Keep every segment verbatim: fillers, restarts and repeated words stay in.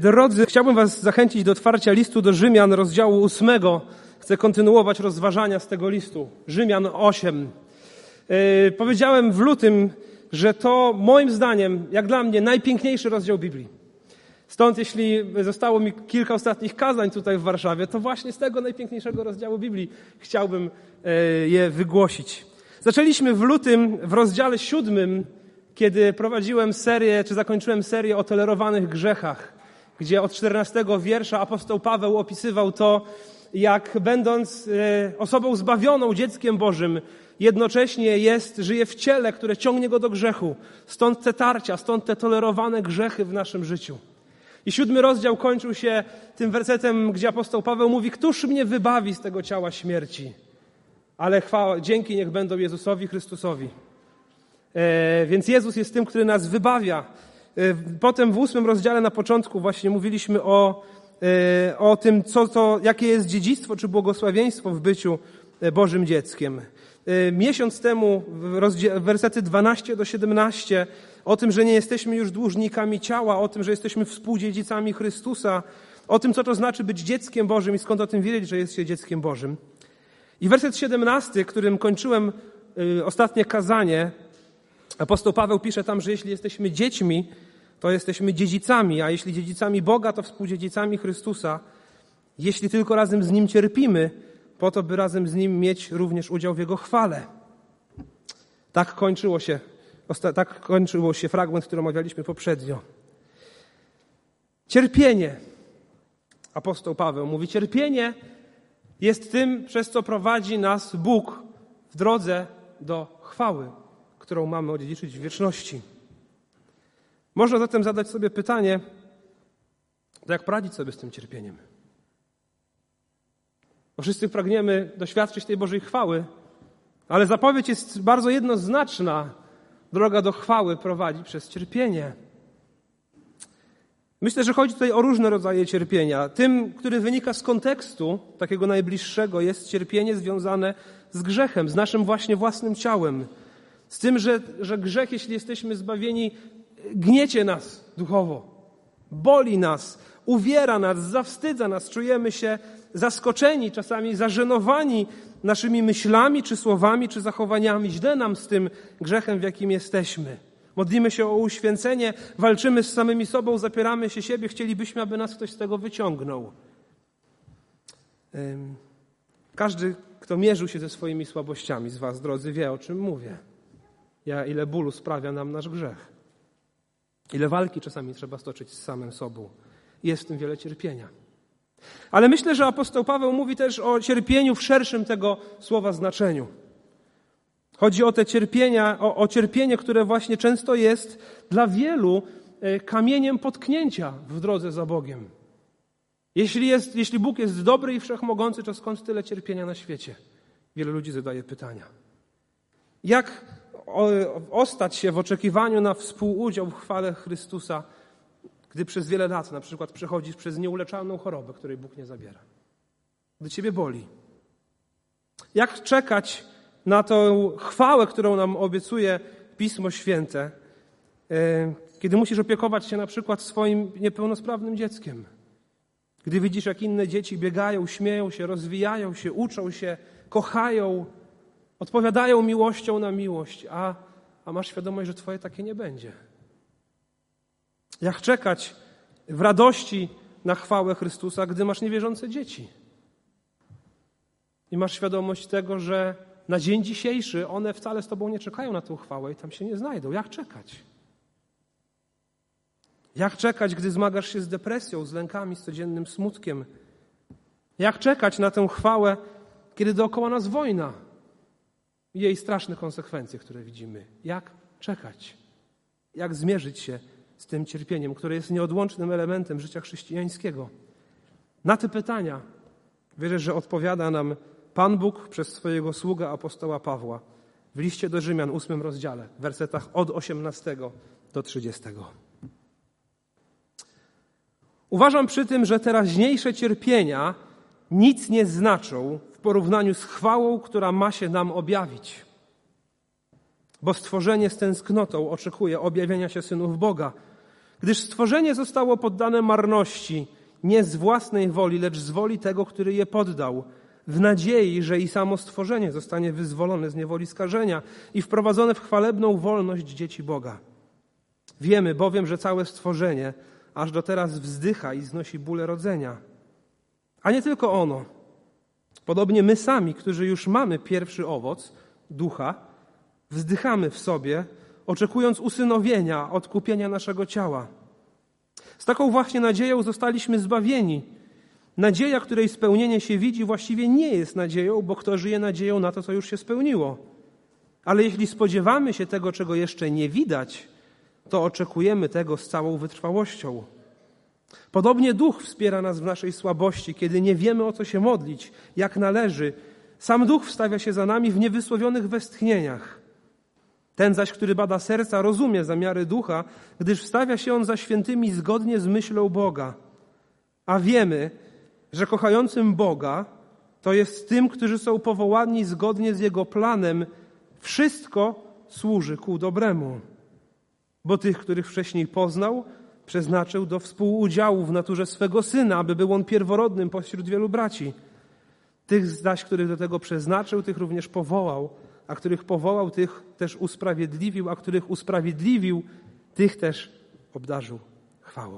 Drodzy, chciałbym was zachęcić do otwarcia listu do Rzymian, rozdziału ósmego. Chcę kontynuować rozważania z tego listu. Rzymian osiem. Powiedziałem w lutym, że to moim zdaniem, jak dla mnie, najpiękniejszy rozdział Biblii. Stąd jeśli zostało mi kilka ostatnich kazań tutaj w Warszawie, to właśnie z tego najpiękniejszego rozdziału Biblii chciałbym je wygłosić. Zaczęliśmy w lutym w rozdziale siódmym, kiedy prowadziłem serię, czy zakończyłem serię o tolerowanych grzechach, gdzie od czternastego wiersza apostoł Paweł opisywał to, jak będąc osobą zbawioną, dzieckiem Bożym, jednocześnie jest, żyje w ciele, które ciągnie go do grzechu. Stąd te tarcia, stąd te tolerowane grzechy w naszym życiu. I siódmy rozdział kończył się tym wersetem, gdzie apostoł Paweł mówi: któż mnie wybawi z tego ciała śmierci? Ale chwała, dzięki niech będą Jezusowi Chrystusowi. E, więc Jezus jest tym, który nas wybawia. E, potem w ósmym rozdziale na początku właśnie mówiliśmy o, e, o tym, co to, jakie jest dziedzictwo czy błogosławieństwo w byciu Bożym dzieckiem. E, miesiąc temu rozdział, wersety dwanaście do siedemnaście o tym, że nie jesteśmy już dłużnikami ciała, o tym, że jesteśmy współdziedzicami Chrystusa, o tym, co to znaczy być dzieckiem Bożym i skąd o tym wiedzieć, że jest się dzieckiem Bożym. I werset siedemnasty, którym kończyłem y, ostatnie kazanie, apostoł Paweł pisze tam, że jeśli jesteśmy dziećmi, to jesteśmy dziedzicami, a jeśli dziedzicami Boga, to współdziedzicami Chrystusa, jeśli tylko razem z Nim cierpimy, po to, by razem z Nim mieć również udział w Jego chwale. Tak kończyło się, tak kończyło się fragment, który omawialiśmy poprzednio. Cierpienie. Apostoł Paweł mówi, cierpienie jest tym, przez co prowadzi nas Bóg w drodze do chwały, którą mamy odziedziczyć w wieczności. Można zatem zadać sobie pytanie, to jak poradzić sobie z tym cierpieniem? Bo wszyscy pragniemy doświadczyć tej Bożej chwały, ale zapowiedź jest bardzo jednoznaczna. Droga do chwały prowadzi przez cierpienie. Myślę, że chodzi tutaj o różne rodzaje cierpienia. Tym, który wynika z kontekstu takiego najbliższego, jest cierpienie związane z grzechem, z naszym właśnie własnym ciałem. Z tym, że, że grzech, jeśli jesteśmy zbawieni, gniecie nas duchowo, boli nas, uwiera nas, zawstydza nas, czujemy się zaskoczeni, czasami zażenowani naszymi myślami, czy słowami, czy zachowaniami. Źle nam z tym grzechem, w jakim jesteśmy. Modlimy się o uświęcenie, walczymy z samymi sobą, zapieramy się siebie, chcielibyśmy, aby nas ktoś z tego wyciągnął. Każdy, kto mierzył się ze swoimi słabościami z was, drodzy, wie, o czym mówię. Ja, ile bólu sprawia nam nasz grzech. Ile walki czasami trzeba stoczyć z samym sobą. Jest w tym wiele cierpienia. Ale myślę, że apostoł Paweł mówi też o cierpieniu w szerszym tego słowa znaczeniu. Chodzi o te cierpienia, o, o cierpienie, które właśnie często jest dla wielu kamieniem potknięcia w drodze za Bogiem. Jeśli, jest, jeśli Bóg jest dobry i wszechmogący, to skąd tyle cierpienia na świecie? Wielu ludzi zadaje pytania. Jak ostać się w oczekiwaniu na współudział w chwale Chrystusa, gdy przez wiele lat na przykład przechodzisz przez nieuleczalną chorobę, której Bóg nie zabiera? Gdy ciebie boli. Jak czekać na tę chwałę, którą nam obiecuje Pismo Święte, kiedy musisz opiekować się na przykład swoim niepełnosprawnym dzieckiem? Gdy widzisz, jak inne dzieci biegają, śmieją się, rozwijają się, uczą się, kochają, odpowiadają miłością na miłość, a, a masz świadomość, że twoje takie nie będzie. Jak czekać w radości na chwałę Chrystusa, gdy masz niewierzące dzieci? I masz świadomość tego, że na dzień dzisiejszy one wcale z tobą nie czekają na tę chwałę i tam się nie znajdą. Jak czekać? Jak czekać, gdy zmagasz się z depresją, z lękami, z codziennym smutkiem? Jak czekać na tę chwałę, kiedy dookoła nas wojna i jej straszne konsekwencje, które widzimy? Jak czekać? Jak zmierzyć się z tym cierpieniem, które jest nieodłącznym elementem życia chrześcijańskiego? Na te pytania wierzę, że odpowiada nam Pan Bóg przez swojego sługę apostoła Pawła w liście do Rzymian, ósmym rozdziale, w wersetach od osiemnastego do trzydziestego. Uważam przy tym, że teraźniejsze cierpienia nic nie znaczą w porównaniu z chwałą, która ma się nam objawić. Bo stworzenie z tęsknotą oczekuje objawienia się synów Boga. Gdyż stworzenie zostało poddane marności, nie z własnej woli, lecz z woli tego, który je poddał, w nadziei, że i samo stworzenie zostanie wyzwolone z niewoli skażenia i wprowadzone w chwalebną wolność dzieci Boga. Wiemy bowiem, że całe stworzenie aż do teraz wzdycha i znosi bóle rodzenia. A nie tylko ono. Podobnie my sami, którzy już mamy pierwszy owoc, ducha, wzdychamy w sobie, oczekując usynowienia, odkupienia naszego ciała. Z taką właśnie nadzieją zostaliśmy zbawieni. Nadzieja, której spełnienie się widzi, właściwie nie jest nadzieją, bo kto żyje nadzieją na to, co już się spełniło. Ale jeśli spodziewamy się tego, czego jeszcze nie widać, to oczekujemy tego z całą wytrwałością. Podobnie Duch wspiera nas w naszej słabości, kiedy nie wiemy, o co się modlić, jak należy. Sam Duch wstawia się za nami w niewysłowionych westchnieniach. Ten zaś, który bada serca, rozumie zamiary Ducha, gdyż wstawia się on za świętymi zgodnie z myślą Boga. A wiemy, że kochającym Boga, to jest tym, którzy są powołani zgodnie z Jego planem, wszystko służy ku dobremu. Bo tych, których wcześniej poznał, przeznaczył do współudziału w naturze swego Syna, aby był on pierworodnym pośród wielu braci. Tych zaś, których do tego przeznaczył, tych również powołał, a których powołał, tych też usprawiedliwił, a których usprawiedliwił, tych też obdarzył chwałą.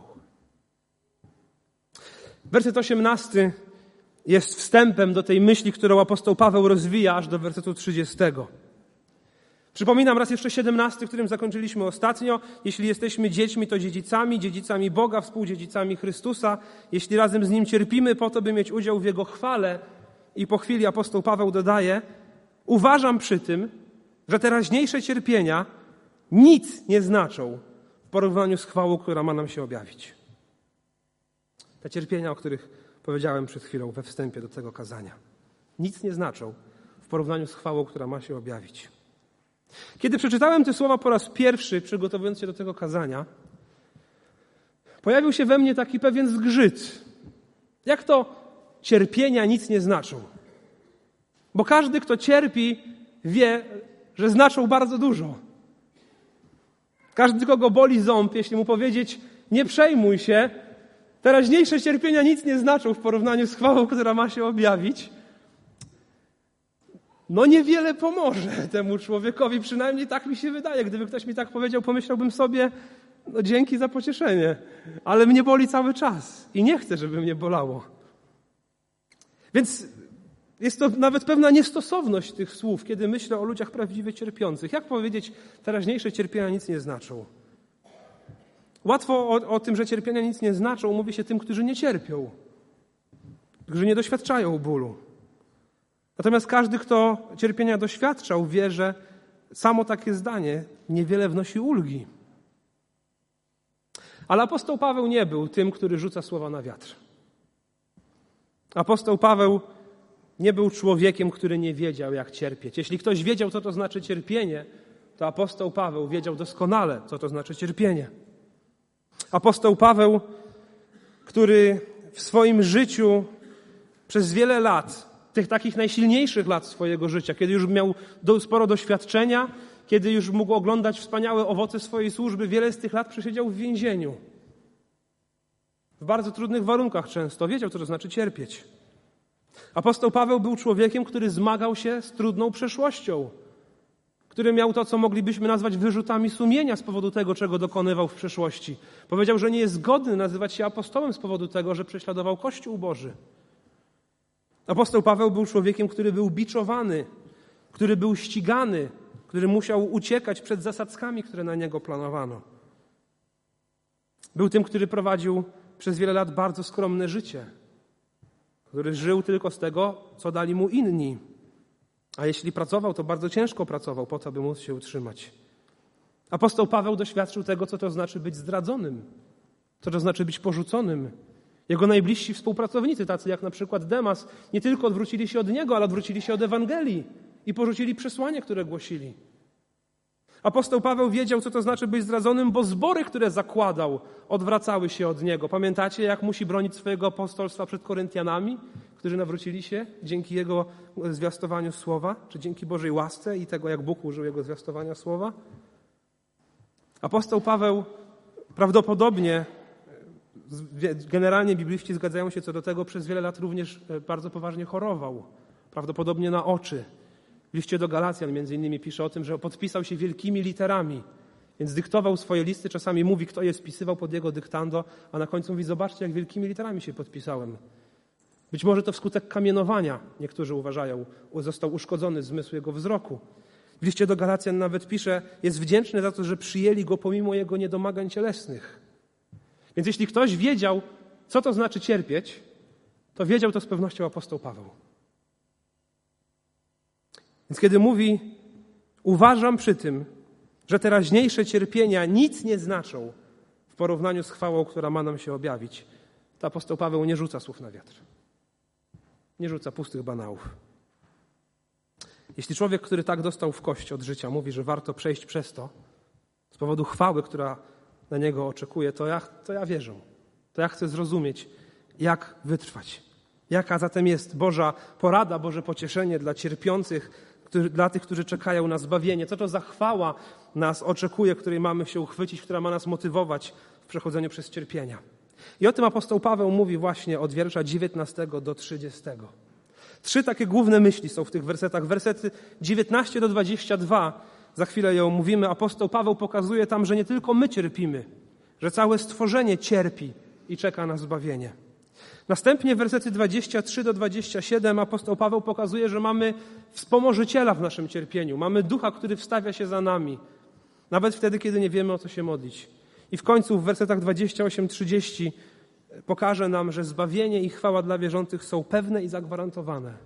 Werset osiemnasty jest wstępem do tej myśli, którą apostoł Paweł rozwija aż do wersetu trzydziestego. Przypominam raz jeszcze siedemnasty, którym zakończyliśmy ostatnio. Jeśli jesteśmy dziećmi, to dziedzicami, dziedzicami Boga, współdziedzicami Chrystusa. Jeśli razem z Nim cierpimy po to, by mieć udział w Jego chwale. I po chwili apostoł Paweł dodaje: uważam przy tym, że teraźniejsze cierpienia nic nie znaczą w porównaniu z chwałą, która ma nam się objawić. Te cierpienia, o których powiedziałem przed chwilą we wstępie do tego kazania, nic nie znaczą w porównaniu z chwałą, która ma się objawić. Kiedy przeczytałem te słowa po raz pierwszy, przygotowując się do tego kazania, pojawił się we mnie taki pewien zgrzyt. Jak to cierpienia nic nie znaczą? Bo każdy, kto cierpi, wie, że znaczą bardzo dużo. Każdy, kogo boli ząb, jeśli mu powiedzieć: nie przejmuj się, teraźniejsze cierpienia nic nie znaczą w porównaniu z chwałą, która ma się objawić, no niewiele pomoże temu człowiekowi, przynajmniej tak mi się wydaje. Gdyby ktoś mi tak powiedział, pomyślałbym sobie: no dzięki za pocieszenie, ale mnie boli cały czas i nie chcę, żeby mnie bolało. Więc jest to nawet pewna niestosowność tych słów, kiedy myślę o ludziach prawdziwie cierpiących. Jak powiedzieć, teraźniejsze cierpienia nic nie znaczą? Łatwo o, o tym, że cierpienia nic nie znaczą, mówi się tym, którzy nie cierpią, którzy nie doświadczają bólu. Natomiast każdy, kto cierpienia doświadczał, wie, że samo takie zdanie niewiele wnosi ulgi. Ale apostoł Paweł nie był tym, który rzuca słowa na wiatr. Apostoł Paweł nie był człowiekiem, który nie wiedział, jak cierpieć. Jeśli ktoś wiedział, co to znaczy cierpienie, to apostoł Paweł wiedział doskonale, co to znaczy cierpienie. Apostoł Paweł, który w swoim życiu przez wiele lat, tych takich najsilniejszych lat swojego życia, kiedy już miał sporo doświadczenia, kiedy już mógł oglądać wspaniałe owoce swojej służby, wiele z tych lat przesiedział w więzieniu. W bardzo trudnych warunkach często. Wiedział, co to znaczy cierpieć. Apostoł Paweł był człowiekiem, który zmagał się z trudną przeszłością, który miał to, co moglibyśmy nazwać wyrzutami sumienia z powodu tego, czego dokonywał w przeszłości. Powiedział, że nie jest godny nazywać się apostołem z powodu tego, że prześladował Kościół Boży. Apostoł Paweł był człowiekiem, który był biczowany, który był ścigany, który musiał uciekać przed zasadzkami, które na niego planowano. Był tym, który prowadził przez wiele lat bardzo skromne życie, który żył tylko z tego, co dali mu inni. A jeśli pracował, to bardzo ciężko pracował po to, by móc się utrzymać. Apostoł Paweł doświadczył tego, co to znaczy być zdradzonym, co to znaczy być porzuconym. Jego najbliżsi współpracownicy, tacy jak na przykład Demas, nie tylko odwrócili się od niego, ale odwrócili się od Ewangelii i porzucili przesłanie, które głosili. Apostoł Paweł wiedział, co to znaczy być zdradzonym, bo zbory, które zakładał, odwracały się od niego. Pamiętacie, jak musi bronić swojego apostolstwa przed Koryntianami, którzy nawrócili się dzięki jego zwiastowaniu słowa, czy dzięki Bożej łasce i tego, jak Bóg użył jego zwiastowania słowa? Apostoł Paweł Prawdopodobnie, generalnie bibliści zgadzają się co do tego, przez wiele lat również bardzo poważnie chorował. Prawdopodobnie na oczy. W liście do Galacjan między innymi pisze o tym, że podpisał się wielkimi literami, więc dyktował swoje listy, czasami mówi, kto je spisywał pod jego dyktando, a na końcu mówi, zobaczcie, jak wielkimi literami się podpisałem. Być może to wskutek kamienowania, niektórzy uważają, został uszkodzony zmysł jego wzroku. W liście do Galacjan nawet pisze, jest wdzięczny za to, że przyjęli go pomimo jego niedomagań cielesnych. Więc jeśli ktoś wiedział, co to znaczy cierpieć, to wiedział to z pewnością apostoł Paweł. Więc kiedy mówi, uważam przy tym, że teraźniejsze cierpienia nic nie znaczą w porównaniu z chwałą, która ma nam się objawić, to apostoł Paweł nie rzuca słów na wiatr. Nie rzuca pustych banałów. Jeśli człowiek, który tak dostał w kość od życia, mówi, że warto przejść przez to z powodu chwały, która na niego oczekuje, to ja, to ja wierzę. To ja chcę zrozumieć, jak wytrwać. Jaka zatem jest Boża porada, Boże pocieszenie dla cierpiących, którzy, dla tych, którzy czekają na zbawienie. Co to za chwała nas oczekuje, której mamy się uchwycić, która ma nas motywować w przechodzeniu przez cierpienia. I o tym apostoł Paweł mówi właśnie od wiersza dziewiętnastego do trzydziestego. Trzy takie główne myśli są w tych wersetach. Wersety dziewiętnaście do dwudziestego drugiego, za chwilę ją mówimy, apostoł Paweł pokazuje tam, że nie tylko my cierpimy, że całe stworzenie cierpi i czeka na zbawienie. Następnie wersety dwudziesty trzeci do dwudziestego siódmego apostoł Paweł pokazuje, że mamy wspomożyciela w naszym cierpieniu. Mamy ducha, który wstawia się za nami. Nawet wtedy, kiedy nie wiemy, o co się modlić. I w końcu w wersetach dwudziestym ósmym do trzydziestego pokaże nam, że zbawienie i chwała dla wierzących są pewne i zagwarantowane.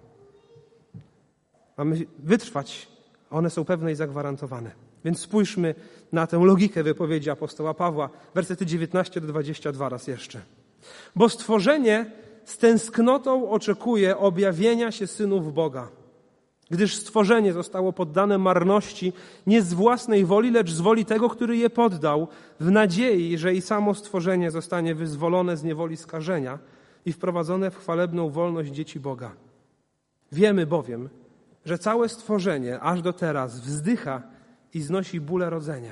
Mamy wytrwać, a one są pewne i zagwarantowane. Więc spójrzmy na tę logikę wypowiedzi apostoła Pawła. Wersety dziewiętnasty do dwudziestego drugiego raz jeszcze. Bo stworzenie z tęsknotą oczekuje objawienia się synów Boga, gdyż stworzenie zostało poddane marności nie z własnej woli, lecz z woli tego, który je poddał, w nadziei, że i samo stworzenie zostanie wyzwolone z niewoli skażenia i wprowadzone w chwalebną wolność dzieci Boga. Wiemy bowiem, że całe stworzenie aż do teraz wzdycha i znosi bóle rodzenia.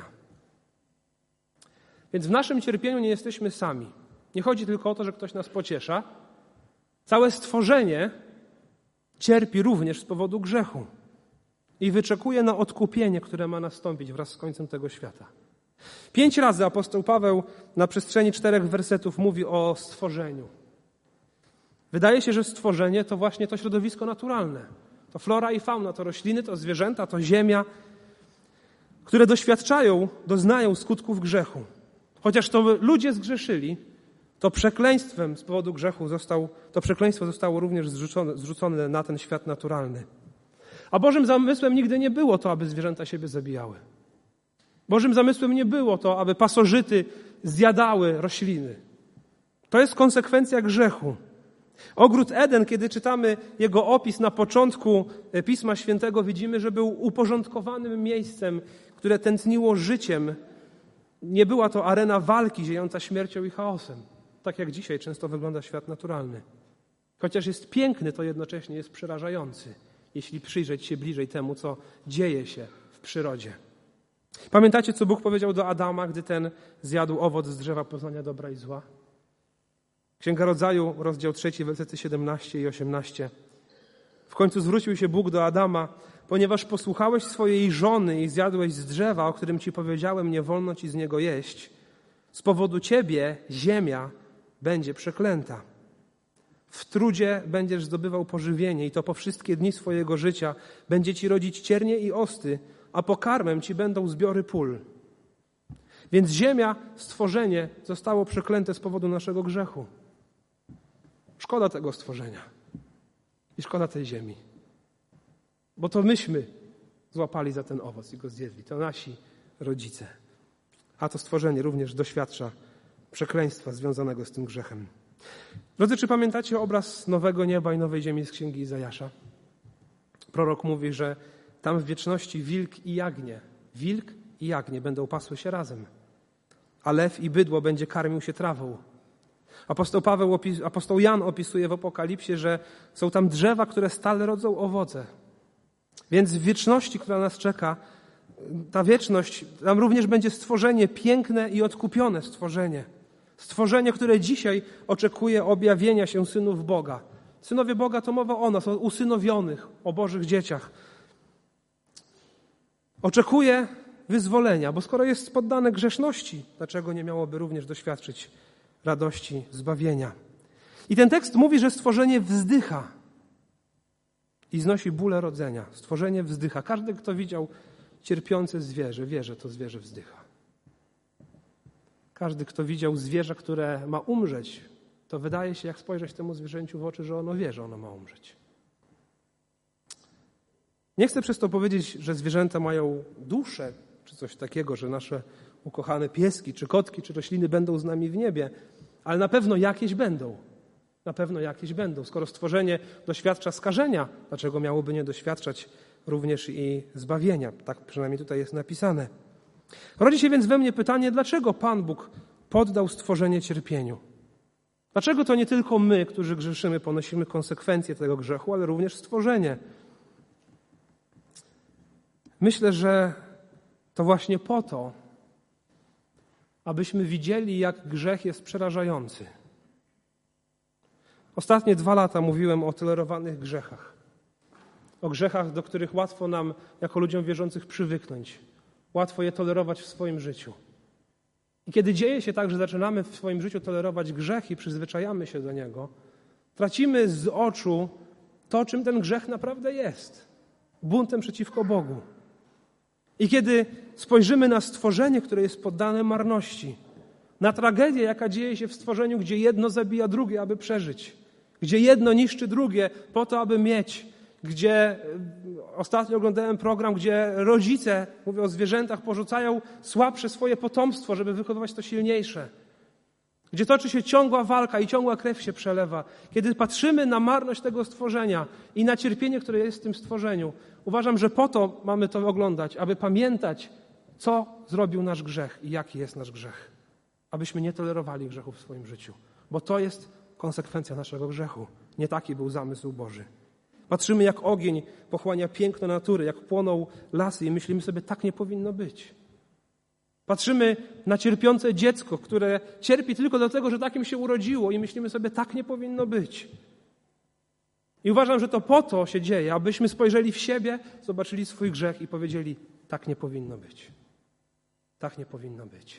Więc w naszym cierpieniu nie jesteśmy sami. Nie chodzi tylko o to, że ktoś nas pociesza. Całe stworzenie cierpi również z powodu grzechu i wyczekuje na odkupienie, które ma nastąpić wraz z końcem tego świata. Pięć razy apostoł Paweł na przestrzeni czterech wersetów mówi o stworzeniu. Wydaje się, że stworzenie to właśnie to środowisko naturalne. To flora i fauna, to rośliny, to zwierzęta, to ziemia, które doświadczają, doznają skutków grzechu. Chociaż to ludzie zgrzeszyli, to przekleństwem z powodu grzechu został, to przekleństwo zostało również zrzucone, zrzucone na ten świat naturalny. A Bożym zamysłem nigdy nie było to, aby zwierzęta siebie zabijały. Bożym zamysłem nie było to, aby pasożyty zjadały rośliny. To jest konsekwencja grzechu. Ogród Eden, kiedy czytamy jego opis na początku Pisma Świętego, widzimy, że był uporządkowanym miejscem, które tętniło życiem. Nie była to arena walki ziejąca śmiercią i chaosem, tak jak dzisiaj często wygląda świat naturalny. Chociaż jest piękny, to jednocześnie jest przerażający, jeśli przyjrzeć się bliżej temu, co dzieje się w przyrodzie. Pamiętacie, co Bóg powiedział do Adama, gdy ten zjadł owoc z drzewa poznania dobra i zła? Księga Rodzaju, rozdział trzeci, wersety siedemnaście i osiemnaście. W końcu zwrócił się Bóg do Adama, ponieważ posłuchałeś swojej żony i zjadłeś z drzewa, o którym ci powiedziałem, nie wolno ci z niego jeść. Z powodu ciebie ziemia będzie przeklęta. W trudzie będziesz zdobywał pożywienie i to po wszystkie dni swojego życia będzie ci rodzić ciernie i osty, a pokarmem ci będą zbiory pól. Więc ziemia, stworzenie zostało przeklęte z powodu naszego grzechu. Szkoda tego stworzenia i szkoda tej ziemi. Bo to myśmy złapali za ten owoc i go zjedli. To nasi rodzice. A to stworzenie również doświadcza przekleństwa związanego z tym grzechem. Drodzy, czy pamiętacie obraz nowego nieba i nowej ziemi z księgi Izajasza? Prorok mówi, że tam w wieczności wilk i jagnię, wilk i jagnię będą pasły się razem, a lew i bydło będzie karmił się trawą. Apostoł Paweł, apostoł Jan opisuje w Apokalipsie, że są tam drzewa, które stale rodzą owoce. Więc w wieczności, która nas czeka, ta wieczność, tam również będzie stworzenie, piękne i odkupione stworzenie. Stworzenie, które dzisiaj oczekuje objawienia się synów Boga. Synowie Boga to mowa o nas, o usynowionych, o Bożych dzieciach. Oczekuje wyzwolenia, bo skoro jest poddane grzeszności, dlaczego nie miałoby również doświadczyć radości zbawienia? I ten tekst mówi, że stworzenie wzdycha i znosi bóle rodzenia. Stworzenie wzdycha. Każdy, kto widział cierpiące zwierzę, wie, że to zwierzę wzdycha. Każdy, kto widział zwierzę, które ma umrzeć, to wydaje się, jak spojrzeć temu zwierzęciu w oczy, że ono wie, że ono ma umrzeć. Nie chcę przez to powiedzieć, że zwierzęta mają duszę, czy coś takiego, że nasze ukochane pieski, czy kotki, czy rośliny będą z nami w niebie, ale na pewno jakieś będą. Na pewno jakieś będą. Skoro stworzenie doświadcza skażenia, dlaczego miałoby nie doświadczać również i zbawienia? Tak przynajmniej tutaj jest napisane. Rodzi się więc we mnie pytanie, dlaczego Pan Bóg poddał stworzenie cierpieniu? Dlaczego to nie tylko my, którzy grzeszymy, ponosimy konsekwencje tego grzechu, ale również stworzenie? Myślę, że to właśnie po to, abyśmy widzieli, jak grzech jest przerażający. Ostatnie dwa lata mówiłem o tolerowanych grzechach. O grzechach, do których łatwo nam, jako ludziom wierzących, przywyknąć. Łatwo je tolerować w swoim życiu. I kiedy dzieje się tak, że zaczynamy w swoim życiu tolerować grzech i przyzwyczajamy się do niego, tracimy z oczu to, czym ten grzech naprawdę jest. Buntem przeciwko Bogu. I kiedy spojrzymy na stworzenie, które jest poddane marności, na tragedię, jaka dzieje się w stworzeniu, gdzie jedno zabija drugie, aby przeżyć, gdzie jedno niszczy drugie po to, aby mieć, gdzie ostatnio oglądałem program, gdzie rodzice, mówię o zwierzętach, porzucają słabsze swoje potomstwo, żeby wychowywać to silniejsze. Gdzie toczy się ciągła walka i ciągła krew się przelewa. Kiedy patrzymy na marność tego stworzenia i na cierpienie, które jest w tym stworzeniu, uważam, że po to mamy to oglądać, aby pamiętać, co zrobił nasz grzech i jaki jest nasz grzech. Abyśmy nie tolerowali grzechu w swoim życiu. Bo to jest konsekwencja naszego grzechu. Nie taki był zamysł Boży. Patrzymy, jak ogień pochłania piękno natury, jak płoną lasy i myślimy sobie, tak nie powinno być. Patrzymy na cierpiące dziecko, które cierpi tylko dlatego, że takim się urodziło i myślimy sobie, tak nie powinno być. I uważam, że to po to się dzieje, abyśmy spojrzeli w siebie, zobaczyli swój grzech i powiedzieli, tak nie powinno być. Tak nie powinno być.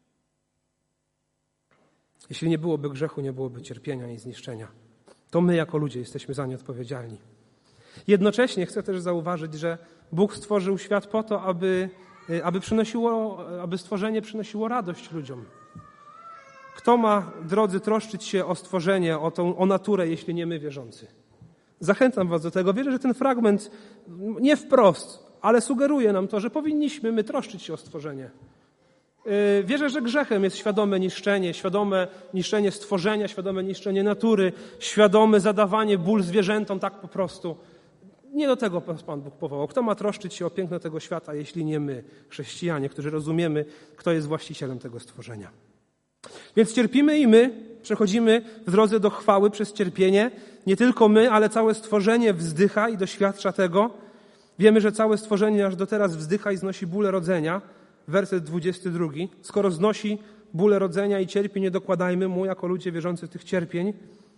Jeśli nie byłoby grzechu, nie byłoby cierpienia i zniszczenia. To my jako ludzie jesteśmy za nie odpowiedzialni. Jednocześnie chcę też zauważyć, że Bóg stworzył świat po to, aby, aby, przynosiło, aby stworzenie przynosiło radość ludziom. Kto ma, drodzy, troszczyć się o stworzenie, o, tą, o naturę, jeśli nie my wierzący? Zachęcam was do tego. Wierzę, że ten fragment nie wprost, ale sugeruje nam to, że powinniśmy my troszczyć się o stworzenie. Wierzę, że grzechem jest świadome niszczenie, świadome niszczenie stworzenia, świadome niszczenie natury, świadome zadawanie ból zwierzętom tak po prostu. Nie do tego Pan Bóg powołał. Kto ma troszczyć się o piękno tego świata, jeśli nie my, chrześcijanie, którzy rozumiemy, kto jest właścicielem tego stworzenia. Więc cierpimy i my, przechodzimy w drodze do chwały przez cierpienie. Nie tylko my, ale całe stworzenie wzdycha i doświadcza tego. Wiemy, że całe stworzenie aż do teraz wzdycha i znosi bóle rodzenia. Werset dwudziesty drugi. Skoro znosi bóle rodzenia i cierpi, nie dokładajmy mu, jako ludzie wierzący, tych cierpień.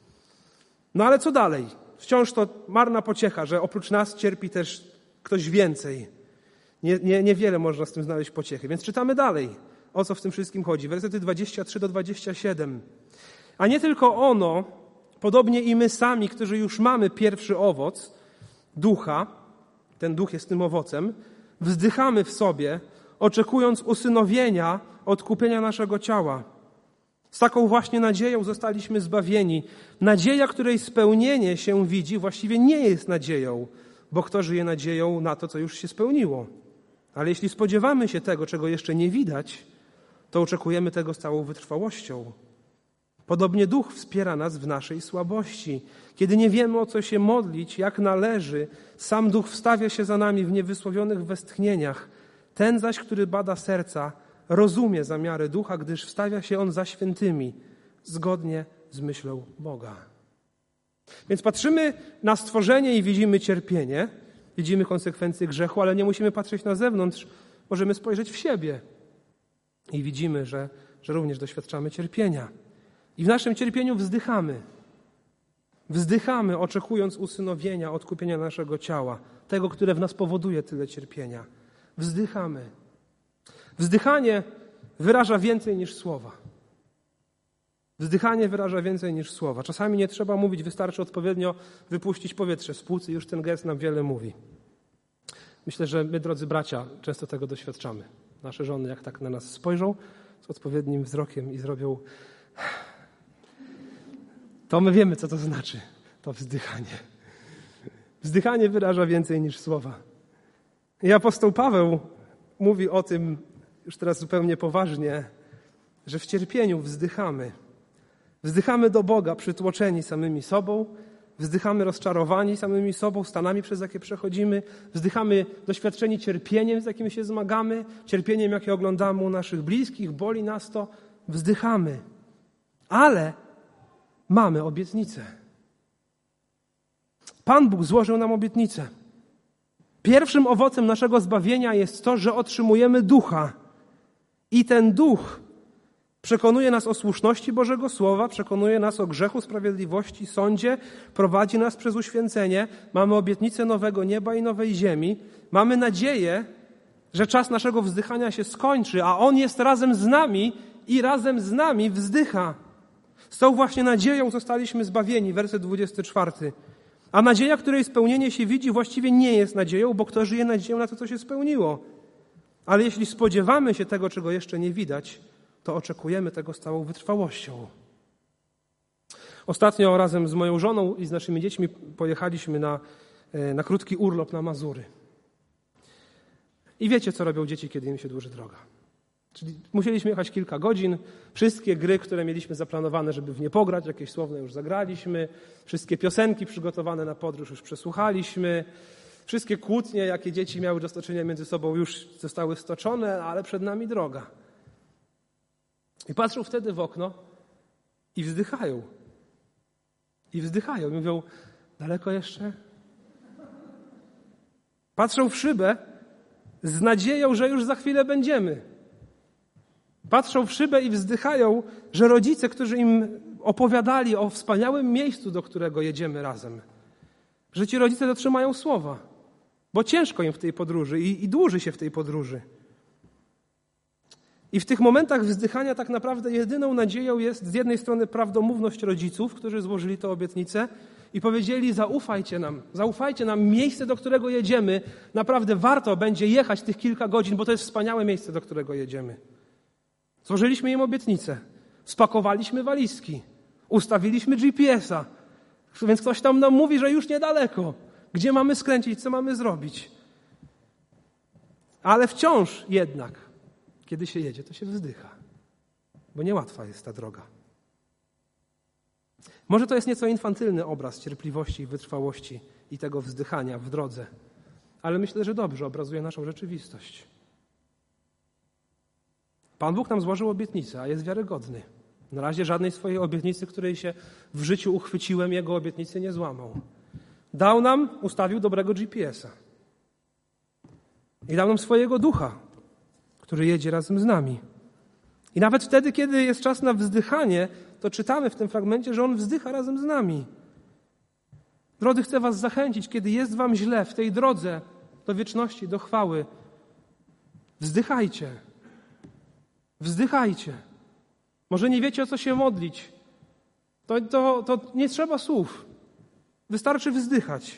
No ale co dalej? Wciąż to marna pociecha, że oprócz nas cierpi też ktoś więcej. Nie, nie, niewiele można z tym znaleźć pociechy. Więc czytamy dalej, o co w tym wszystkim chodzi. Wersety dwadzieścia trzy do dwudziestego siódmego. A nie tylko ono, podobnie i my sami, którzy już mamy pierwszy owoc, ducha, ten duch jest tym owocem, wzdychamy w sobie, oczekując usynowienia, odkupienia naszego ciała. Z taką właśnie nadzieją zostaliśmy zbawieni. Nadzieja, której spełnienie się widzi, właściwie nie jest nadzieją, bo kto żyje nadzieją na to, co już się spełniło. Ale jeśli spodziewamy się tego, czego jeszcze nie widać, to oczekujemy tego z całą wytrwałością. Podobnie Duch wspiera nas w naszej słabości. Kiedy nie wiemy, o co się modlić, jak należy, sam Duch wstawia się za nami w niewysłowionych westchnieniach. Ten zaś, który bada serca, rozumie zamiary Ducha, gdyż wstawia się on za świętymi, zgodnie z myślą Boga. Więc patrzymy na stworzenie i widzimy cierpienie, widzimy konsekwencje grzechu, ale nie musimy patrzeć na zewnątrz, możemy spojrzeć w siebie i widzimy, że, że również doświadczamy cierpienia. I w naszym cierpieniu wzdychamy. Wzdychamy, oczekując usynowienia, odkupienia naszego ciała, tego, które w nas powoduje tyle cierpienia. Wzdychamy. Wzdychanie wyraża więcej niż słowa. Wzdychanie wyraża więcej niż słowa. Czasami nie trzeba mówić, wystarczy odpowiednio wypuścić powietrze z płuc i już ten gest nam wiele mówi. Myślę, że my, drodzy bracia, często tego doświadczamy. Nasze żony, jak tak na nas spojrzą z odpowiednim wzrokiem i zrobią, to my wiemy, co to znaczy, to wzdychanie. Wzdychanie wyraża więcej niż słowa. I apostoł Paweł mówi o tym, już teraz zupełnie poważnie, że w cierpieniu wzdychamy. Wzdychamy do Boga, przytłoczeni samymi sobą, wzdychamy rozczarowani samymi sobą, stanami, przez jakie przechodzimy, wzdychamy doświadczeni cierpieniem, z jakim się zmagamy, cierpieniem, jakie oglądamy u naszych bliskich, boli nas to, wzdychamy. Ale mamy obietnicę. Pan Bóg złożył nam obietnicę. Pierwszym owocem naszego zbawienia jest to, że otrzymujemy ducha. I ten duch przekonuje nas o słuszności Bożego Słowa, przekonuje nas o grzechu, sprawiedliwości, sądzie, prowadzi nas przez uświęcenie. Mamy obietnicę nowego nieba i nowej ziemi. Mamy nadzieję, że czas naszego wzdychania się skończy, a On jest razem z nami i razem z nami wzdycha. Z tą właśnie nadzieją zostaliśmy zbawieni. Werset dwudziesty czwarty. A nadzieja, której spełnienie się widzi, właściwie nie jest nadzieją, bo kto żyje nadzieją na to, co się spełniło. Ale jeśli spodziewamy się tego, czego jeszcze nie widać, to oczekujemy tego z całą wytrwałością. Ostatnio razem z moją żoną i z naszymi dziećmi pojechaliśmy na, na krótki urlop na Mazury. I wiecie, co robią dzieci, kiedy im się dłuży droga. Czyli musieliśmy jechać kilka godzin. Wszystkie gry, które mieliśmy zaplanowane, żeby w nie pograć, jakieś słowne już zagraliśmy. Wszystkie piosenki przygotowane na podróż już przesłuchaliśmy. Wszystkie kłótnie, jakie dzieci miały do stoczenia między sobą, już zostały stoczone, ale przed nami droga. I patrzą wtedy w okno i wzdychają. I wzdychają. I mówią, daleko jeszcze? Patrzą w szybę z nadzieją, że już za chwilę będziemy. Patrzą w szybę i wzdychają, że rodzice, którzy im opowiadali o wspaniałym miejscu, do którego jedziemy razem, że ci rodzice dotrzymają słowa, bo ciężko im w tej podróży i, i dłuży się w tej podróży. I w tych momentach wzdychania tak naprawdę jedyną nadzieją jest z jednej strony prawdomówność rodziców, którzy złożyli tę obietnicę i powiedzieli, zaufajcie nam, zaufajcie nam, miejsce, do którego jedziemy, naprawdę warto będzie jechać tych kilka godzin, bo to jest wspaniałe miejsce, do którego jedziemy. Złożyliśmy im obietnicę, spakowaliśmy walizki, ustawiliśmy G P S a, więc ktoś tam nam mówi, że już niedaleko, gdzie mamy skręcić, co mamy zrobić. Ale wciąż jednak, kiedy się jedzie, to się wzdycha, bo niełatwa jest ta droga. Może to jest nieco infantylny obraz cierpliwości i wytrwałości i tego wzdychania w drodze, ale myślę, że dobrze obrazuje naszą rzeczywistość. Pan Bóg nam złożył obietnicę, a jest wiarygodny. Na razie żadnej swojej obietnicy, której się w życiu uchwyciłem, Jego obietnicy nie złamał. Dał nam, ustawił dobrego G P S a. I dał nam swojego ducha, który jedzie razem z nami. I nawet wtedy, kiedy jest czas na wzdychanie, to czytamy w tym fragmencie, że On wzdycha razem z nami. Drodzy, chcę was zachęcić, kiedy jest wam źle w tej drodze do wieczności, do chwały, wzdychajcie. Wzdychajcie. Może nie wiecie, o co się modlić. To, to, to nie trzeba słów. Wystarczy wzdychać.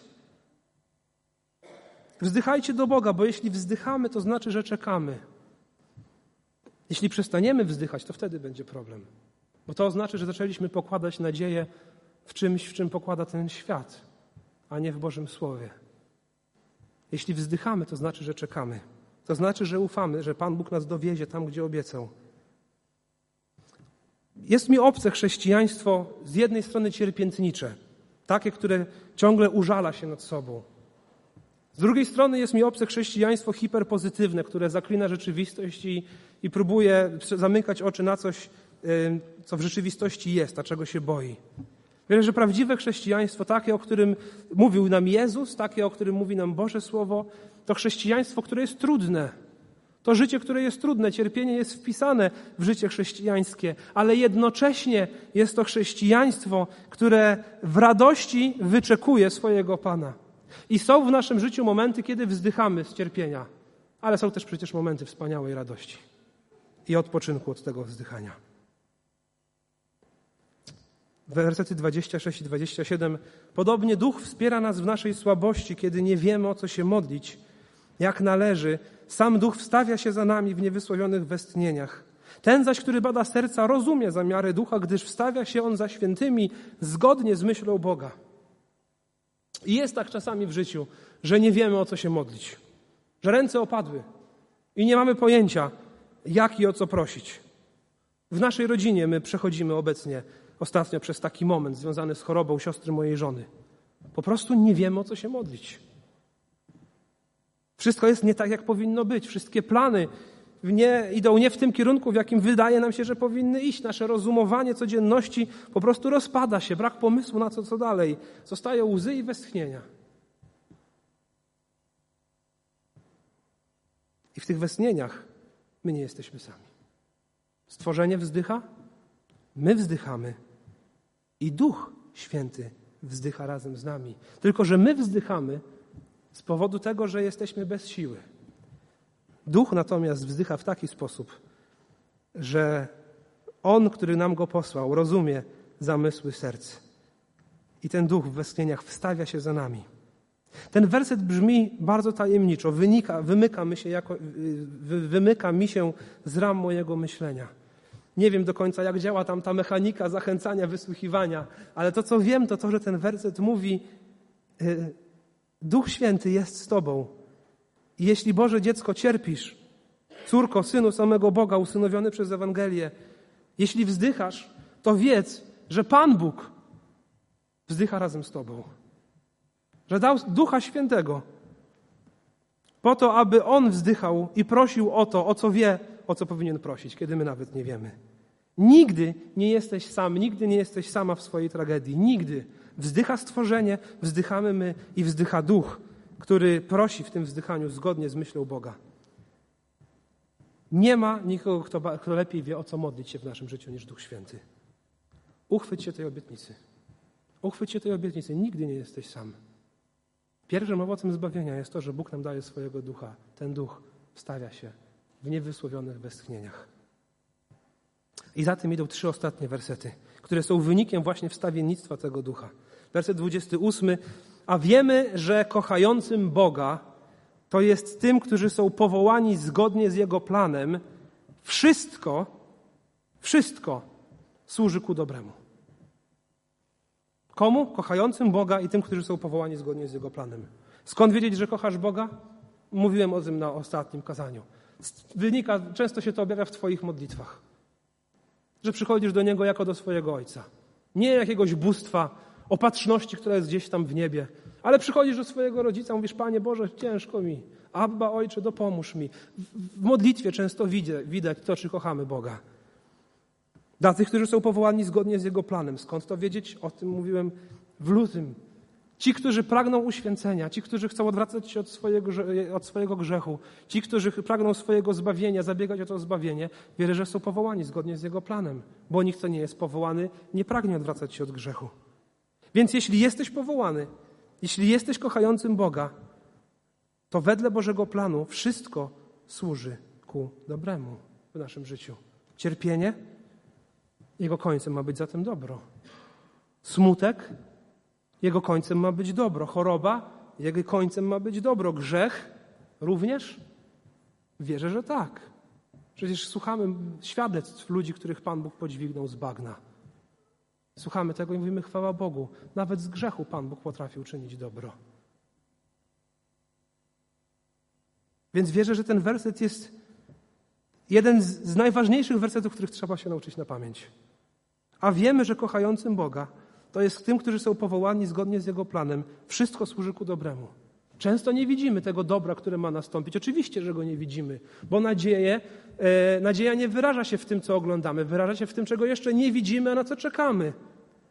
Wzdychajcie do Boga, bo jeśli wzdychamy, to znaczy, że czekamy. Jeśli przestaniemy wzdychać, to wtedy będzie problem. Bo to oznacza, że zaczęliśmy pokładać nadzieję w czymś, w czym pokłada ten świat, a nie w Bożym Słowie. Jeśli wzdychamy, to znaczy, że czekamy. To znaczy, że ufamy, że Pan Bóg nas dowiezie tam, gdzie obiecał. Jest mi obce chrześcijaństwo z jednej strony cierpiętnicze, takie, które ciągle użala się nad sobą. Z drugiej strony jest mi obce chrześcijaństwo hiperpozytywne, które zaklina rzeczywistość i, i próbuje zamykać oczy na coś, co w rzeczywistości jest, a czego się boi. Wierzę, że prawdziwe chrześcijaństwo, takie, o którym mówił nam Jezus, takie, o którym mówi nam Boże Słowo, to chrześcijaństwo, które jest trudne. To życie, które jest trudne, cierpienie jest wpisane w życie chrześcijańskie, ale jednocześnie jest to chrześcijaństwo, które w radości wyczekuje swojego Pana. I są w naszym życiu momenty, kiedy wzdychamy z cierpienia, ale są też przecież momenty wspaniałej radości i odpoczynku od tego wzdychania. Wersety dwadzieścia sześć i dwadzieścia siedem. Podobnie Duch wspiera nas w naszej słabości, kiedy nie wiemy, o co się modlić, jak należy. Sam Duch wstawia się za nami w niewysłowionych westchnieniach. Ten zaś, który bada serca, rozumie zamiary Ducha, gdyż wstawia się on za świętymi zgodnie z myślą Boga. I jest tak czasami w życiu, że nie wiemy, o co się modlić, że ręce opadły i nie mamy pojęcia, jak i o co prosić. W naszej rodzinie my przechodzimy obecnie ostatnio przez taki moment związany z chorobą siostry mojej żony. Po prostu nie wiemy, o co się modlić. Wszystko jest nie tak, jak powinno być. Wszystkie plany nie, idą nie w tym kierunku, w jakim wydaje nam się, że powinny iść. Nasze rozumowanie codzienności po prostu rozpada się. Brak pomysłu na to, co dalej. Zostają łzy i westchnienia. I w tych westchnieniach my nie jesteśmy sami. Stworzenie wzdycha, my wzdychamy i Duch Święty wzdycha razem z nami. Tylko że my wzdychamy z powodu tego, że jesteśmy bez siły. Duch natomiast wzdycha w taki sposób, że On, który nam Go posłał, rozumie zamysły serc. I ten Duch w westchnieniach wstawia się za nami. Ten werset brzmi bardzo tajemniczo, wynika, wymyka, mi się jako, wy, wymyka mi się z ram mojego myślenia. Nie wiem do końca, jak działa tam ta mechanika zachęcania, wysłuchiwania, ale to, co wiem, to to, że ten werset mówi: Duch Święty jest z tobą. I jeśli Boże dziecko cierpisz, córko, synu samego Boga, usynowiony przez Ewangelię, jeśli wzdychasz, to wiedz, że Pan Bóg wzdycha razem z tobą. Że dał Ducha Świętego po to, aby On wzdychał i prosił o to, o co wie, o co powinien prosić, kiedy my nawet nie wiemy. Nigdy nie jesteś sam, nigdy nie jesteś sama w swojej tragedii. Nigdy. Wzdycha stworzenie, wzdychamy my i wzdycha Duch, który prosi w tym wzdychaniu zgodnie z myślą Boga. Nie ma nikogo, kto, kto lepiej wie, o co modlić się w naszym życiu niż Duch Święty. Uchwyć się tej obietnicy. Uchwyć się tej obietnicy. Nigdy nie jesteś sam. Pierwszym owocem zbawienia jest to, że Bóg nam daje swojego Ducha. Ten Duch wstawia się w niewysłowionych westchnieniach. I za tym idą trzy ostatnie wersety, które są wynikiem właśnie wstawiennictwa tego Ducha. Werset dwudziesty ósmy. A wiemy, że kochającym Boga, to jest tym, którzy są powołani zgodnie z Jego planem, wszystko, wszystko służy ku dobremu. Komu? Kochającym Boga i tym, którzy są powołani zgodnie z Jego planem. Skąd wiedzieć, że kochasz Boga? Mówiłem o tym na ostatnim kazaniu. Wynika, często się to objawia w twoich modlitwach. Że przychodzisz do Niego jako do swojego Ojca. Nie jakiegoś bóstwa, opatrzności, która jest gdzieś tam w niebie, ale przychodzisz do swojego rodzica, mówisz: Panie Boże, ciężko mi. Abba, Ojcze, dopomóż mi. W modlitwie często widać to, czy kochamy Boga. Dla tych, którzy są powołani zgodnie z Jego planem. Skąd to wiedzieć? O tym mówiłem w lutym. Ci, którzy pragną uświęcenia, ci, którzy chcą odwracać się od swojego, od swojego grzechu, ci, którzy pragną swojego zbawienia, zabiegać o to zbawienie, wierzę, że są powołani zgodnie z Jego planem. Bo nikt, kto nie jest powołany, nie pragnie odwracać się od grzechu. Więc jeśli jesteś powołany, jeśli jesteś kochającym Boga, to wedle Bożego planu wszystko służy ku dobremu w naszym życiu. Cierpienie, jego końcem ma być zatem dobro. Smutek, jego końcem ma być dobro. Choroba, jego końcem ma być dobro. Grzech również? Wierzę, że tak. Przecież słuchamy świadectw ludzi, których Pan Bóg podźwignął z bagna. Słuchamy tego i mówimy: chwała Bogu. Nawet z grzechu Pan Bóg potrafił czynić dobro. Więc wierzę, że ten werset jest jeden z, z najważniejszych wersetów, których trzeba się nauczyć na pamięć. A wiemy, że kochającym Boga to jest tym, którzy są powołani zgodnie z Jego planem. Wszystko służy ku dobremu. Często nie widzimy tego dobra, które ma nastąpić. Oczywiście, że go nie widzimy, bo nadzieję, e, nadzieja nie wyraża się w tym, co oglądamy. Wyraża się w tym, czego jeszcze nie widzimy, a na co czekamy.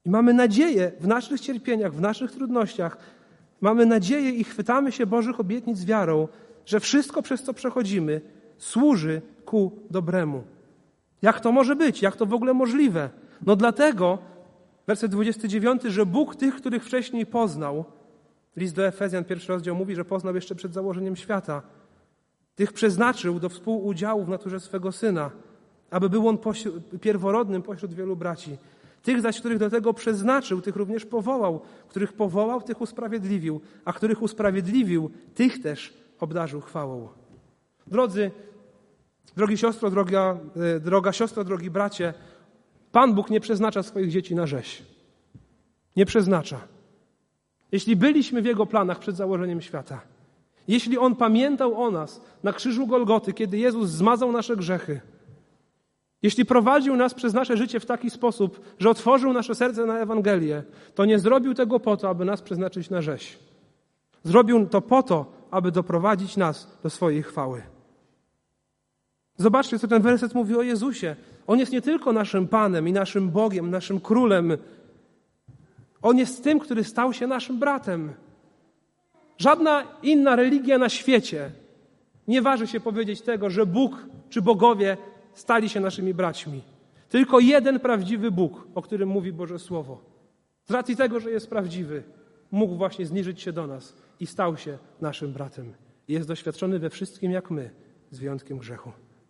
I mamy nadzieję w naszych cierpieniach, w naszych trudnościach. Mamy nadzieję i chwytamy się Bożych obietnic wiarą, że wszystko, przez co przechodzimy, służy ku dobremu. Jak to może być? Jak to w ogóle możliwe? No dlatego, werset dwudziesty dziewiąty, że Bóg tych, których wcześniej poznał, list do Efezjan, pierwszy rozdział mówi, że poznał jeszcze przed założeniem świata, tych przeznaczył do współudziału w naturze swego Syna, aby był On pośród, pierworodnym pośród wielu braci. Tych zaś, których do tego przeznaczył, tych również powołał. Których powołał, tych usprawiedliwił. A których usprawiedliwił, tych też obdarzył chwałą. Drodzy, drogi siostro, droga, droga siostro, drogi bracie, Pan Bóg nie przeznacza swoich dzieci na rzeź. Nie przeznacza. Jeśli byliśmy w Jego planach przed założeniem świata, jeśli On pamiętał o nas na krzyżu Golgoty, kiedy Jezus zmazał nasze grzechy, jeśli prowadził nas przez nasze życie w taki sposób, że otworzył nasze serce na Ewangelię, to nie zrobił tego po to, aby nas przeznaczyć na rzeź. Zrobił to po to, aby doprowadzić nas do swojej chwały. Zobaczcie, co ten werset mówi o Jezusie. On jest nie tylko naszym Panem i naszym Bogiem, naszym Królem. On jest tym, który stał się naszym bratem. Żadna inna religia na świecie nie waży się powiedzieć tego, że Bóg czy bogowie stali się naszymi braćmi. Tylko jeden prawdziwy Bóg, o którym mówi Boże Słowo. Z racji tego, że jest prawdziwy, mógł właśnie zniżyć się do nas i stał się naszym bratem. Jest doświadczony we wszystkim jak my, z wyjątkiem grzechu.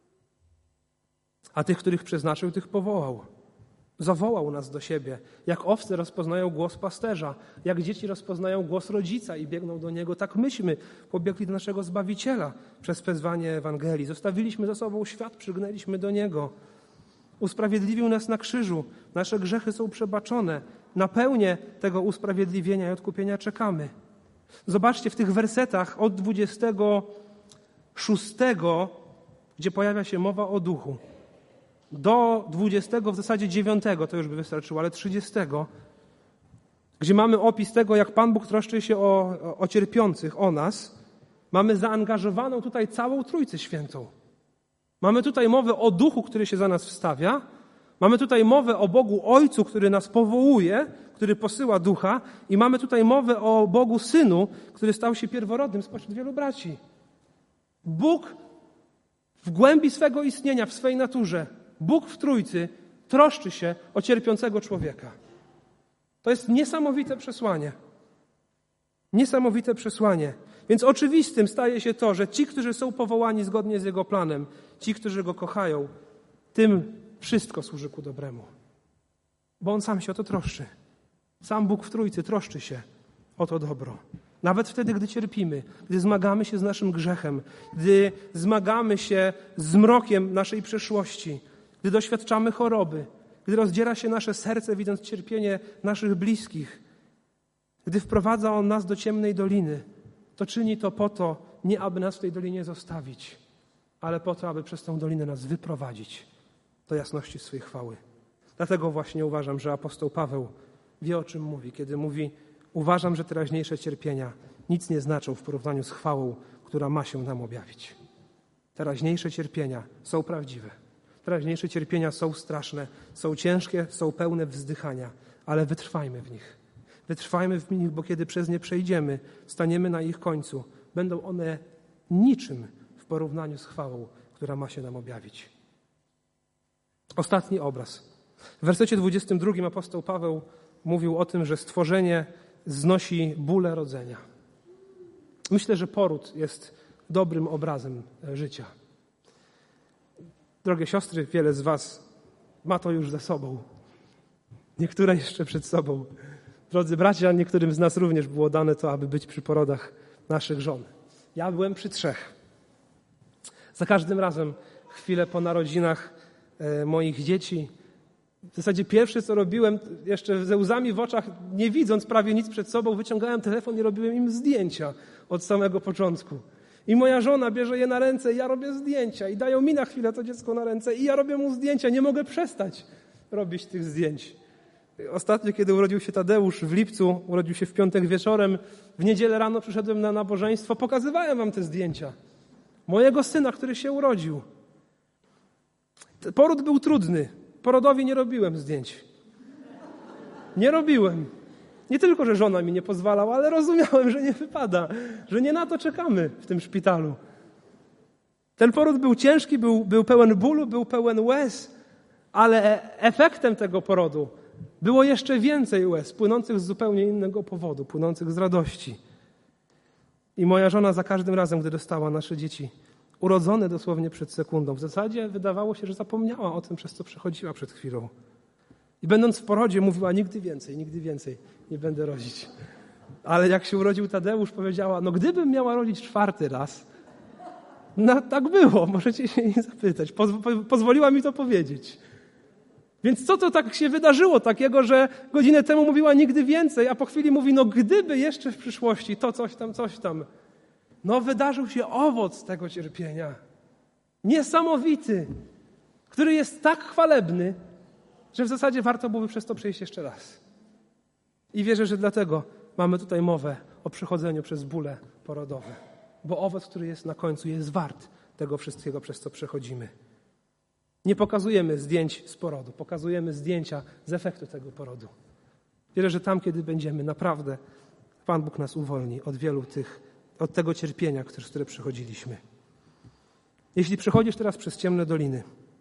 A tych, których przeznaczył, tych powołał. Zawołał nas do siebie. Jak owce rozpoznają głos pasterza, jak dzieci rozpoznają głos rodzica i biegną do niego, tak myśmy pobiegli do naszego Zbawiciela przez wezwanie Ewangelii. Zostawiliśmy za sobą świat, przygnęliśmy do Niego. Usprawiedliwił nas na krzyżu. Nasze grzechy są przebaczone. Na pełnię tego usprawiedliwienia i odkupienia czekamy. Zobaczcie w tych wersetach od dwudziestego szóstego, gdzie pojawia się mowa o duchu, do dwudziestego, w zasadzie dziewiątego, to już by wystarczyło, ale trzydziestego, gdzie mamy opis tego, jak Pan Bóg troszczy się o, o, o cierpiących, o nas, mamy zaangażowaną tutaj całą Trójcę Świętą. Mamy tutaj mowę o Duchu, który się za nas wstawia, mamy tutaj mowę o Bogu Ojcu, który nas powołuje, który posyła Ducha i mamy tutaj mowę o Bogu Synu, który stał się pierworodnym spośród wielu braci. Bóg w głębi swego istnienia, w swej naturze, Bóg w Trójcy troszczy się o cierpiącego człowieka. To jest niesamowite przesłanie. Niesamowite przesłanie. Więc oczywistym staje się to, że ci, którzy są powołani zgodnie z Jego planem, ci, którzy Go kochają, tym wszystko służy ku dobremu. Bo On sam się o to troszczy. Sam Bóg w Trójcy troszczy się o to dobro. Nawet wtedy, gdy cierpimy, gdy zmagamy się z naszym grzechem, gdy zmagamy się z mrokiem naszej przeszłości, gdy doświadczamy choroby, gdy rozdziera się nasze serce, widząc cierpienie naszych bliskich, gdy wprowadza On nas do ciemnej doliny, to czyni to po to, nie aby nas w tej dolinie zostawić, ale po to, aby przez tę dolinę nas wyprowadzić do jasności swej chwały. Dlatego właśnie uważam, że apostoł Paweł wie, o czym mówi, kiedy mówi: uważam, że teraźniejsze cierpienia nic nie znaczą w porównaniu z chwałą, która ma się nam objawić. Teraźniejsze cierpienia są prawdziwe. Teraźniejsze cierpienia są straszne, są ciężkie, są pełne wzdychania, ale wytrwajmy w nich. Wytrwajmy w nich, bo kiedy przez nie przejdziemy, staniemy na ich końcu, będą one niczym w porównaniu z chwałą, która ma się nam objawić. Ostatni obraz. W wersecie dwudziestym drugim apostoł Paweł mówił o tym, że stworzenie znosi bóle rodzenia. Myślę, że poród jest dobrym obrazem życia. Drogie siostry, wiele z was ma to już za sobą. Niektóre jeszcze przed sobą. Drodzy bracia, niektórym z nas również było dane to, aby być przy porodach naszych żon. Ja byłem przy trzech. Za każdym razem, chwilę po narodzinach e, moich dzieci, w zasadzie pierwsze, co robiłem, jeszcze ze łzami w oczach, nie widząc prawie nic przed sobą, wyciągałem telefon i robiłem im zdjęcia od samego początku. I moja żona bierze je na ręce i ja robię zdjęcia. I dają mi na chwilę to dziecko na ręce i ja robię mu zdjęcia. Nie mogę przestać robić tych zdjęć. Ostatnio, kiedy urodził się Tadeusz w lipcu, urodził się w piątek wieczorem, w niedzielę rano przyszedłem na nabożeństwo, pokazywałem wam te zdjęcia. Mojego syna, który się urodził. Poród był trudny. Porodowi nie robiłem zdjęć. Nie robiłem. Nie tylko, że żona mi nie pozwalała, ale rozumiałem, że nie wypada, że nie na to czekamy w tym szpitalu. Ten poród był ciężki, był, był pełen bólu, był pełen łez, ale efektem tego porodu było jeszcze więcej łez, płynących z zupełnie innego powodu, płynących z radości. I moja żona za każdym razem, gdy dostała nasze dzieci, urodzone dosłownie przed sekundą, w zasadzie wydawało się, że zapomniała o tym, przez co przechodziła przed chwilą. I będąc w porodzie mówiła, nigdy więcej, nigdy więcej nie będę rodzić. Ale jak się urodził Tadeusz, powiedziała, no gdybym miała rodzić czwarty raz, no tak było, możecie się jej zapytać. Poz- pozwoliła mi to powiedzieć. Więc co to tak się wydarzyło takiego, że godzinę temu mówiła nigdy więcej, a po chwili mówi, no gdyby jeszcze w przyszłości to coś tam, coś tam. No wydarzył się owoc tego cierpienia. Niesamowity, który jest tak chwalebny, że w zasadzie warto byłoby przez to przejść jeszcze raz. I wierzę, że dlatego mamy tutaj mowę o przechodzeniu przez bóle porodowe. Bo owoc, który jest na końcu, jest wart tego wszystkiego, przez co przechodzimy. Nie pokazujemy zdjęć z porodu, pokazujemy zdjęcia z efektu tego porodu. Wierzę, że tam, kiedy będziemy, naprawdę Pan Bóg nas uwolni od wielu tych, od tego cierpienia, przez które przechodziliśmy. Jeśli przechodzisz teraz przez ciemne doliny,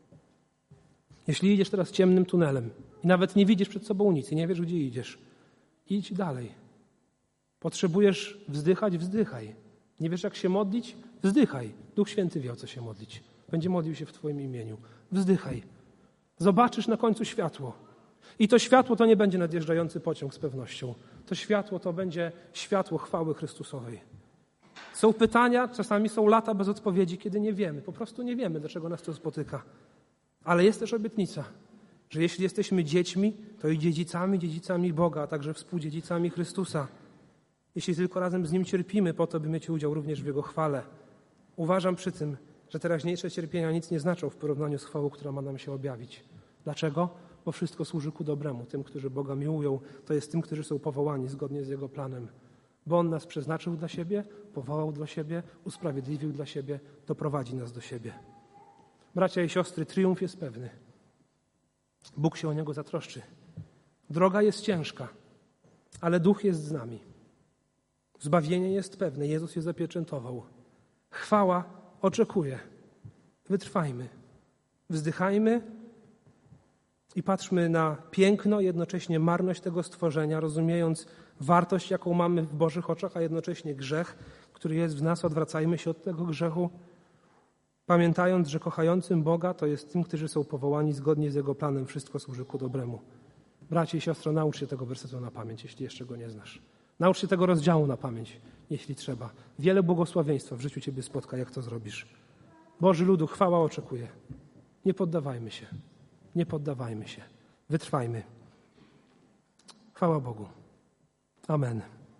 jeśli idziesz teraz ciemnym tunelem i nawet nie widzisz przed sobą nic i nie wiesz, gdzie idziesz, idź dalej. Potrzebujesz wzdychać, wzdychaj. Nie wiesz, jak się modlić? Wzdychaj. Duch Święty wie, o co się modlić. Będzie modlił się w Twoim imieniu. Wzdychaj. Zobaczysz na końcu światło. I to światło to nie będzie nadjeżdżający pociąg z pewnością. To światło to będzie światło chwały Chrystusowej. Są pytania, czasami są lata bez odpowiedzi, kiedy nie wiemy. Po prostu nie wiemy, dlaczego nas to spotyka. Ale jest też obietnica, że jeśli jesteśmy dziećmi, to i dziedzicami, dziedzicami Boga, a także współdziedzicami Chrystusa. Jeśli tylko razem z Nim cierpimy po to, by mieć udział również w Jego chwale. Uważam przy tym, że teraźniejsze cierpienia nic nie znaczą w porównaniu z chwałą, która ma nam się objawić. Dlaczego? Bo wszystko służy ku dobremu. Tym, którzy Boga miłują, to jest tym, którzy są powołani zgodnie z Jego planem. Bo On nas przeznaczył dla siebie, powołał dla siebie, usprawiedliwił dla siebie, doprowadzi nas do siebie. Bracia i siostry, triumf jest pewny. Bóg się o Niego zatroszczy. Droga jest ciężka, ale Duch jest z nami. Zbawienie jest pewne, Jezus je zapieczętował. Chwała oczekuje. Wytrwajmy, wzdychajmy i patrzmy na piękno, jednocześnie marność tego stworzenia, rozumiejąc wartość, jaką mamy w Bożych oczach, a jednocześnie grzech, który jest w nas. Odwracajmy się od tego grzechu, pamiętając, że kochającym Boga to jest tym, którzy są powołani zgodnie z Jego planem. Wszystko służy ku dobremu. Bracie i siostro, naucz się tego wersetu na pamięć, jeśli jeszcze go nie znasz. Naucz się tego rozdziału na pamięć, jeśli trzeba. Wiele błogosławieństwa w życiu Ciebie spotka, jak to zrobisz. Boży ludu, chwała oczekuje. Nie poddawajmy się. Nie poddawajmy się. Wytrwajmy. Chwała Bogu. Amen.